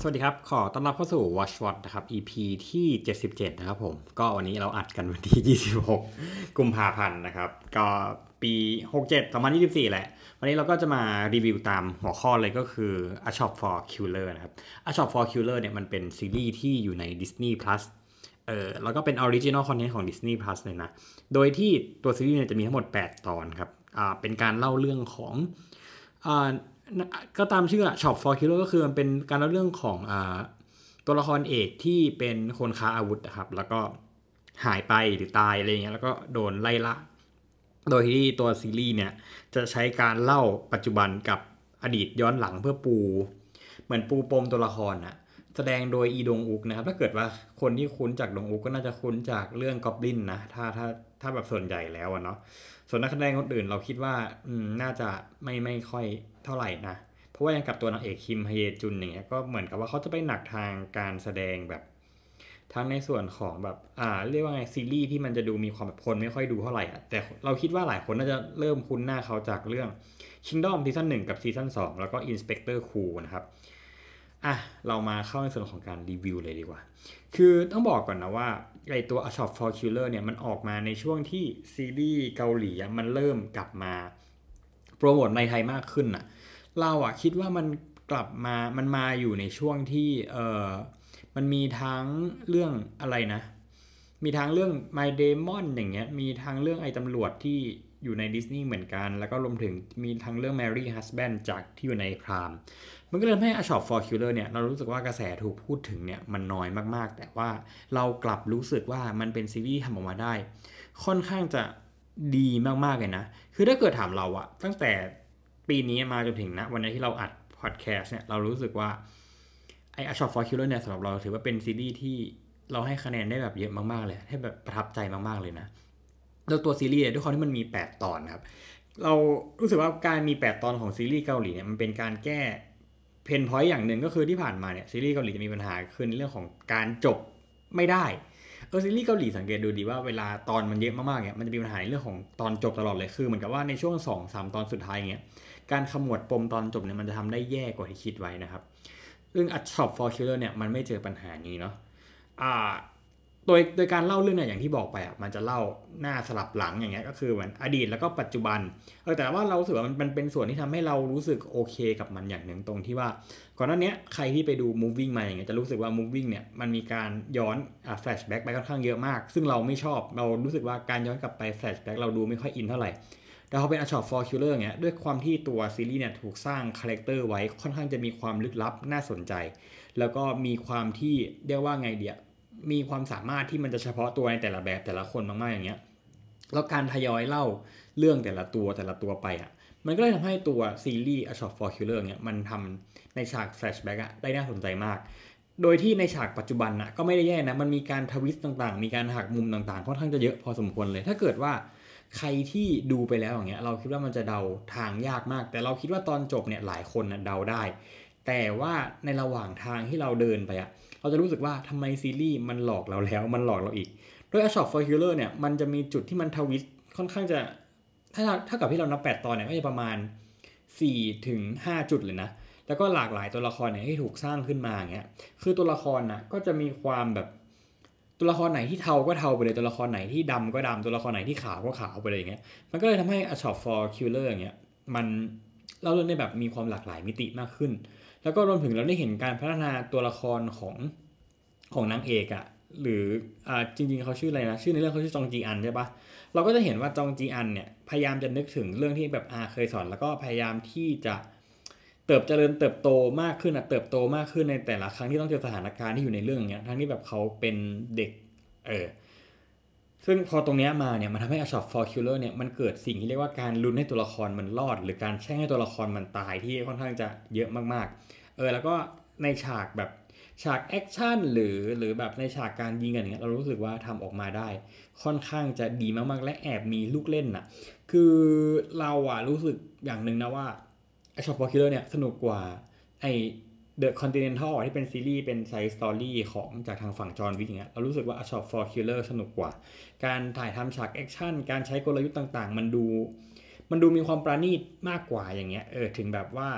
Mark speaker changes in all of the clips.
Speaker 1: วัสดีครับขอต้อนรับเข้าสู่ Watch What นะครับ EP ที่77นะครับผมก็วันนี้เราอัดกันวันที่26กุมภาพันธ์นะครับก็ปี67 2024แหละวันนี้เราก็จะมารีวิวตามหัวข้อเลยก็คือ A Shop for Killer นะครับ A Shop for Killer เนี่ยมันเป็นซีรีส์ที่อยู่ใน Disney Plus แล้วก็เป็น Original Content ของ Disney Plus เลยนะโดยที่ตัวซีรีส์เนี่ยจะมีทั้งหมด8ตอนครับเป็นการเล่าเรื่องของอ่า ก็ตามชื่อ Shop for Killer ก็คือมันเป็นการเล่าเรื่องของตัวละครเอกที่เป็นคนค้าอาวุธนะครับแล้วก็หายไปหรือตายอะไรเงี้ยแล้วก็โดนไล่ล่าโดยที่ตัวซีรีส์เนี่ยจะใช้การเล่าปัจจุบันกับอดีตย้อนหลังเพื่อปูเหมือนปูปมตัวละครนะแสดงโดยอีดงอุกนะครับถ้าเกิดว่าคนที่คุ้นจากดงอุกก็น่าจะคุ้นจากเรื่องก็อบลินนะถ้าแบบส่วนใหญ่แล้วเนาะส่วนนักแสดงคนอื่นเราคิดว่าน่าจะไม่ค่อยเท่าไหร่นะเพราะว่ายังกับตัวนางเอกคิมฮเยจุนอย่างเงี้ยก็เหมือนกับว่าเขาจะไปหนักทางการแสดงแบบทั้งในส่วนของแบบเรียกว่าไงซีรีส์ที่มันจะดูมีความแบบคนไม่ค่อยดูเท่าไหร่อ่ะแต่เราคิดว่าหลายคนน่าจะเริ่มคุ้นหน้าเขาจากเรื่อง Kingdom ซีซั่น1กับซีซั่น2แล้วก็ Inspector Cool นะครับเรามาเข้าในส่วนของการรีวิวเลยดีกว่าคือต้องบอกก่อนนะว่าไอตัว A Shop for Killer เนี่ยมันออกมาในช่วงที่ซีรีส์เกาหลีมันเริ่มกลับมาโปรโมทในไทยมากขึ้นน่ะเราคิดว่ามันกลับมามันมาอยู่ในช่วงที่มันมีทั้งเรื่องอะไรนะมีทั้งเรื่อง My Demon อย่างเงี้ยมีทั้งเรื่องไอ้ตำรวจที่อยู่ในดิสนีย์เหมือนกันแล้วก็รวมถึงมีทั้งเรื่อง Mary Husband จากที่อยู่ในพรามมันก็เลยทำให้ A Shop for Killer เนี่ยเรารู้สึกว่ากระแสถูกพูดถึงเนี่ยมันน้อยมากๆแต่ว่าเรากลับรู้สึกว่ามันเป็นซีรีส์ทำออกมาได้ค่อนข้างจะดีมากๆเลยนะคือถ้าเกิดถามเราอะตั้งแต่ปีนี้มาจนถึงนะวันนี้ที่เราอัดพอดแคสต์เนี่ยเรารู้สึกว่าไอ้ A Shop for Killer เนี่ยสำหรับเราถือว่าเป็นซีรีส์ที่เราให้คะแนนได้แบบเยอะมากๆเลยให้แบบประทับใจมากๆเลยนะแล้วตัวซีรีส์ด้วยความที่มันมี8ตอนครับเรารู้สึกว่าการมี8ตอนของซีรีส์เกาหลีเนี่ยมันเป็นการแก้เพนพอยต์อย่างหนึ่งก็คือที่ผ่านมาเนี่ยซีรีส์เกาหลีจะมีปัญหาคือในเรื่องของการจบไม่ได้ซีรีส์เกาหลีสังเกตดูดีว่าเวลาตอนมันเยอะมากๆเนี่ยมันจะมีปัญหาในเรื่องของตอนจบตลอดเลยคือเหมือนกับว่าในช่วง2-3ตอนสุดท้ายเงี้ยการขมวดปมตอนจบเนี่ยมันจะทำได้แย่กว่าที่คิดไว้นะครับซึ่ง A Shop for Killer เนี่ยมันไม่เจอปัญหานี้เนาะอ่าโดยการเล่าเรื่องเนี่ยอย่างที่บอกไปมันจะเล่าหน้าสลับหลังอย่างเงี้ยก็คือเหมือนอดีตแล้วก็ปัจจุบันแต่ว่าเราสึกว่ามันเป็นส่วนที่ทำให้เรารู้สึกโอเคกับมันอย่างหนึ่งตรงที่ว่าก่อนหน้านี้ใครที่ไปดู moving มาอย่างเงี้ยจะรู้สึกว่า moving เนี่ยมันมีการย้อนflashback ไปค่อนข้างเยอะมากซึ่งเราไม่ชอบเรารู้สึกว่าการย้อนกลับไป flashback เราดูไม่ค่อยอินเท่าไหร่แต่พอเป็น A Shop for Killer เงี้ยด้วยความที่ตัวซีรีส์เนี่ยถูกสร้างคาแรคเตอร์ไว้ค่อนข้างจะมีความลึกลับน่าสนใจแล้วก็มีความที่เรียกว่าไงเดียมีความสามารถที่มันจะเฉพาะตัวในแต่ละแบบแต่ละคนมากๆอย่างเงี้ยแล้วการทยอยเล่าเรื่องแต่ละตัวไปมันก็เลยทำให้ตัวซีรีส์ A Shop for Killer เนี่ยมันทำในฉากแฟลชแบ็กได้น่าสนใจมากโดยที่ในฉากปัจจุบันก็ไม่ได้แย่นะมันมีการทวิสต์ต่างๆมีการหักมุมต่างๆค่อนข้างจะเยอะพอสมควรเลยถ้าเกิดว่าใครที่ดูไปแล้วอย่างเงี้ยเราคิดว่ามันจะเดาทางยากมากแต่เราคิดว่าตอนจบเนี่ยหลายคนเดาได้แต่ว่าในระหว่างทางที่เราเดินไปเราจะรู้สึกว่าทำไมซีรีส์มันหลอกเราแล้วมันหลอกเราอีกโดย A Shop for Killer เนี่ยมันจะมีจุดที่มันทวิสต์ค่อนข้างจะถ้ากับที่เรานับ8ตอนเนี่ยก็จะประมาณ4ถึง5จุดเลยนะแล้วก็หลากหลายตัวละครเนี่ยที่ถูกสร้างขึ้นมาอย่างเงี้ยคือตัวละครก็จะมีความแบบตัวละครไหนที่เทาก็เทาไปเลยตัวละครไหนที่ดำก็ดำตัวละครไหนที่ขาวก็ขาวไปเลยอย่างเงี้ยมันก็เลยทำให้ A Shop for Killer อย่างเงี้ยมันเล่าเรื่องได้แบบมีความหลากหลายมิติมากขึ้นแล้วก็รวมถึงเราได้เห็นการพัฒนาตัวละครของนางเอกหรือจริงๆเขาชื่ออะไรนะชื่อในเรื่องเขาชื่อจองจีอันใช่ปะเราก็จะเห็นว่าจองจีอันเนี่ยพยายามจะนึกถึงเรื่องที่แบบเคยสอนแล้วก็พยายามที่จะเจริญเติบโตมากขึ้นเติบโตมากขึ้นในแต่ละครั้งที่ต้องเจอสถานการณ์ที่อยู่ในเรื่องอย่างเงี้ยทั้งที่แบบเขาเป็นเด็กซึ่งพอตรงนี้มาเนี่ยมันทำให้ A Shop for Killer เนี่ยมันเกิดสิ่งที่เรียกว่าการลุ้นให้ตัวละครมันรอดหรือการแช่งให้ตัวละครมันตายที่ค่อนข้างจะเยอะมากๆแล้วก็ในฉากแบบฉากแอคชั่นหรือแบบในฉากการยิงกันอย่างเงี้ยเรารู้สึกว่าทำออกมาได้ค่อนข้างจะดีมากๆและแอบมีลูกเล่นคือเรารู้สึกอย่างหนึ่งนะว่า A Shop for Killer เนี่ยสนุกกว่าไอ The Continental ที่เป็นซีรีส์เป็นไซส์สตอรี่ของจากทางฝั่งจอห์นวิกอย่างเงี้ยเรารู้สึกว่า A Shop for Killer สนุกกว่าการถ่ายทำฉากแอคชั่นการใช้กลยุทธ์ต่างๆมันดูมีความประณีตมากกว่าอย่างเงี้ยถึงแบบว่า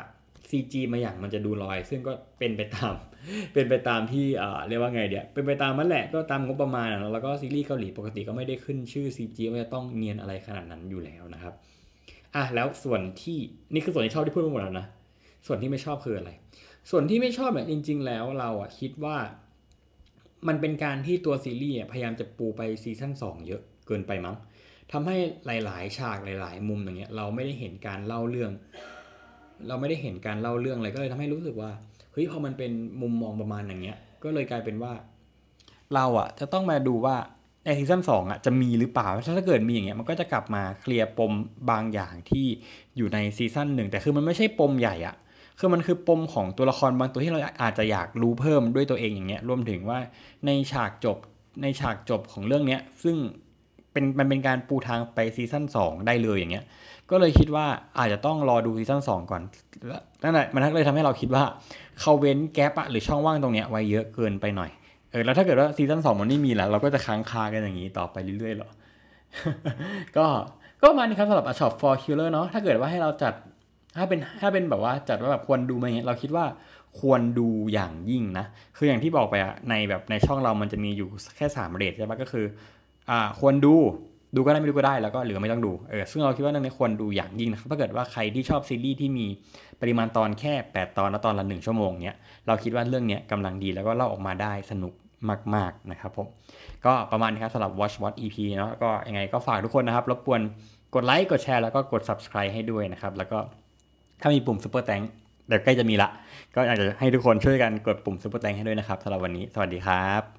Speaker 1: CG มาอย่างมันจะดูลอยซึ่งก็เป็นไปตามที่เรียกว่าไงเดี๋ยวเป็นไปตามมันแหละก็ตามงบประมาณแล้วก็ซีรีส์เกาหลีปกติก็ไม่ได้ขึ้นชื่อ CG ว่าจะต้องเนียนอะไรขนาดนั้นอยู่แล้วนะครับแล้วส่วนที่นี่คือส่วนที่ชอบที่พูดไปหมดแล้วนะส่วนที่ไม่ชอบคืออะไรส่วนที่ไม่ชอบเนี่ยจริงๆแล้วเราคิดว่ามันเป็นการที่ตัวซีรีส์พยายามจะปูไปซีซั่น2เยอะเกินไปมั้งทำให้หลายๆฉากหลายๆมุมอย่างเงี้ยเราไม่ได้เห็นการเล่าเรื่องอะไรก็เลยทำให้รู้สึกว่าเฮ้ยพอมันเป็นมุมมองประมาณอย่างเงี้ยก็เลยกลายเป็นว่าเราจะต้องมาดูว่าในซีซั่น2จะมีหรือเปล่าถ้าเกิดมีอย่างเงี้ยมันก็จะกลับมาเคลียร์ปมบางอย่างที่อยู่ในซีซั่น1แต่คือมันไม่ใช่ปมใหญ่คือมันคือปมของตัวละครบางตัวที่เราอาจจะอยากรู้เพิ่มด้วยตัวเองอย่างเงี้ยรวมถึงว่าในฉากจบของเรื่องเนี้ยซึ่งมันเป็นการปูทางไปซีซั่น2ได้เลยอย่างเงี้ยก็เลยคิดว่าอาจจะต้องรอดูซีซั่น2ก่อนนั่นแหละมันเลยทำให้เราคิดว่าเขาเว้นแกปหรือช่องว่างตรงเนี้ยไว้เยอะเกินไปหน่อยแล้วถ้าเกิดว่าซีซั่น2มันไม่มีแล้วเราก็จะค้างคากันอย่างนี้ต่อไปเรื่อยๆหรอ ก็ประมาณนี้ครับสำหรับ A Shop for Killer เนาะถ้าเกิดว่าให้เราจัดถ้าเป็นแบบว่าจัดว่าแบบควรดูไหมเงี้ยเราคิดว่าควรดูอย่างยิ่งนะคืออย่างที่บอกไปในช่องเรามันจะมีอยู่แค่3เรทใช่ปะก็คือควรดูก็ได้ไม่ดูก็ได้แล้วก็หรือไม่ต้องดูซึ่งเราคิดว่าเรื่องนี้ควรดูอย่างยิ่งนะครับถ้าเกิดว่าใครที่ชอบซีรีส์ที่มีปริมาณตอนแค่8ตอนและตอนละ1ชั่วโมงเนี้ยเราคิดว่าเรื่องนี้กำลังดีแล้วก็เล่าออกมาได้สนุกมากๆนะครับผมก็ประมาณนี้ครับสำหรับ Watch What EP เนาะก็ยังไงก็ฝากทุกคนนะครับรบกวนกดไลค์กดแชร์แล้วก็กด Subscribe ให้ด้วยนะครับแล้วก็ถ้ามีปุ่ม Super Thank เดี๋ยวใกล้จะมีละก็อยากจะให้ทุกคนช่วยกันกดปุ่ม Super Thank ให้ด้วยนะครับสำหรับวันนี้สวัสดีครับ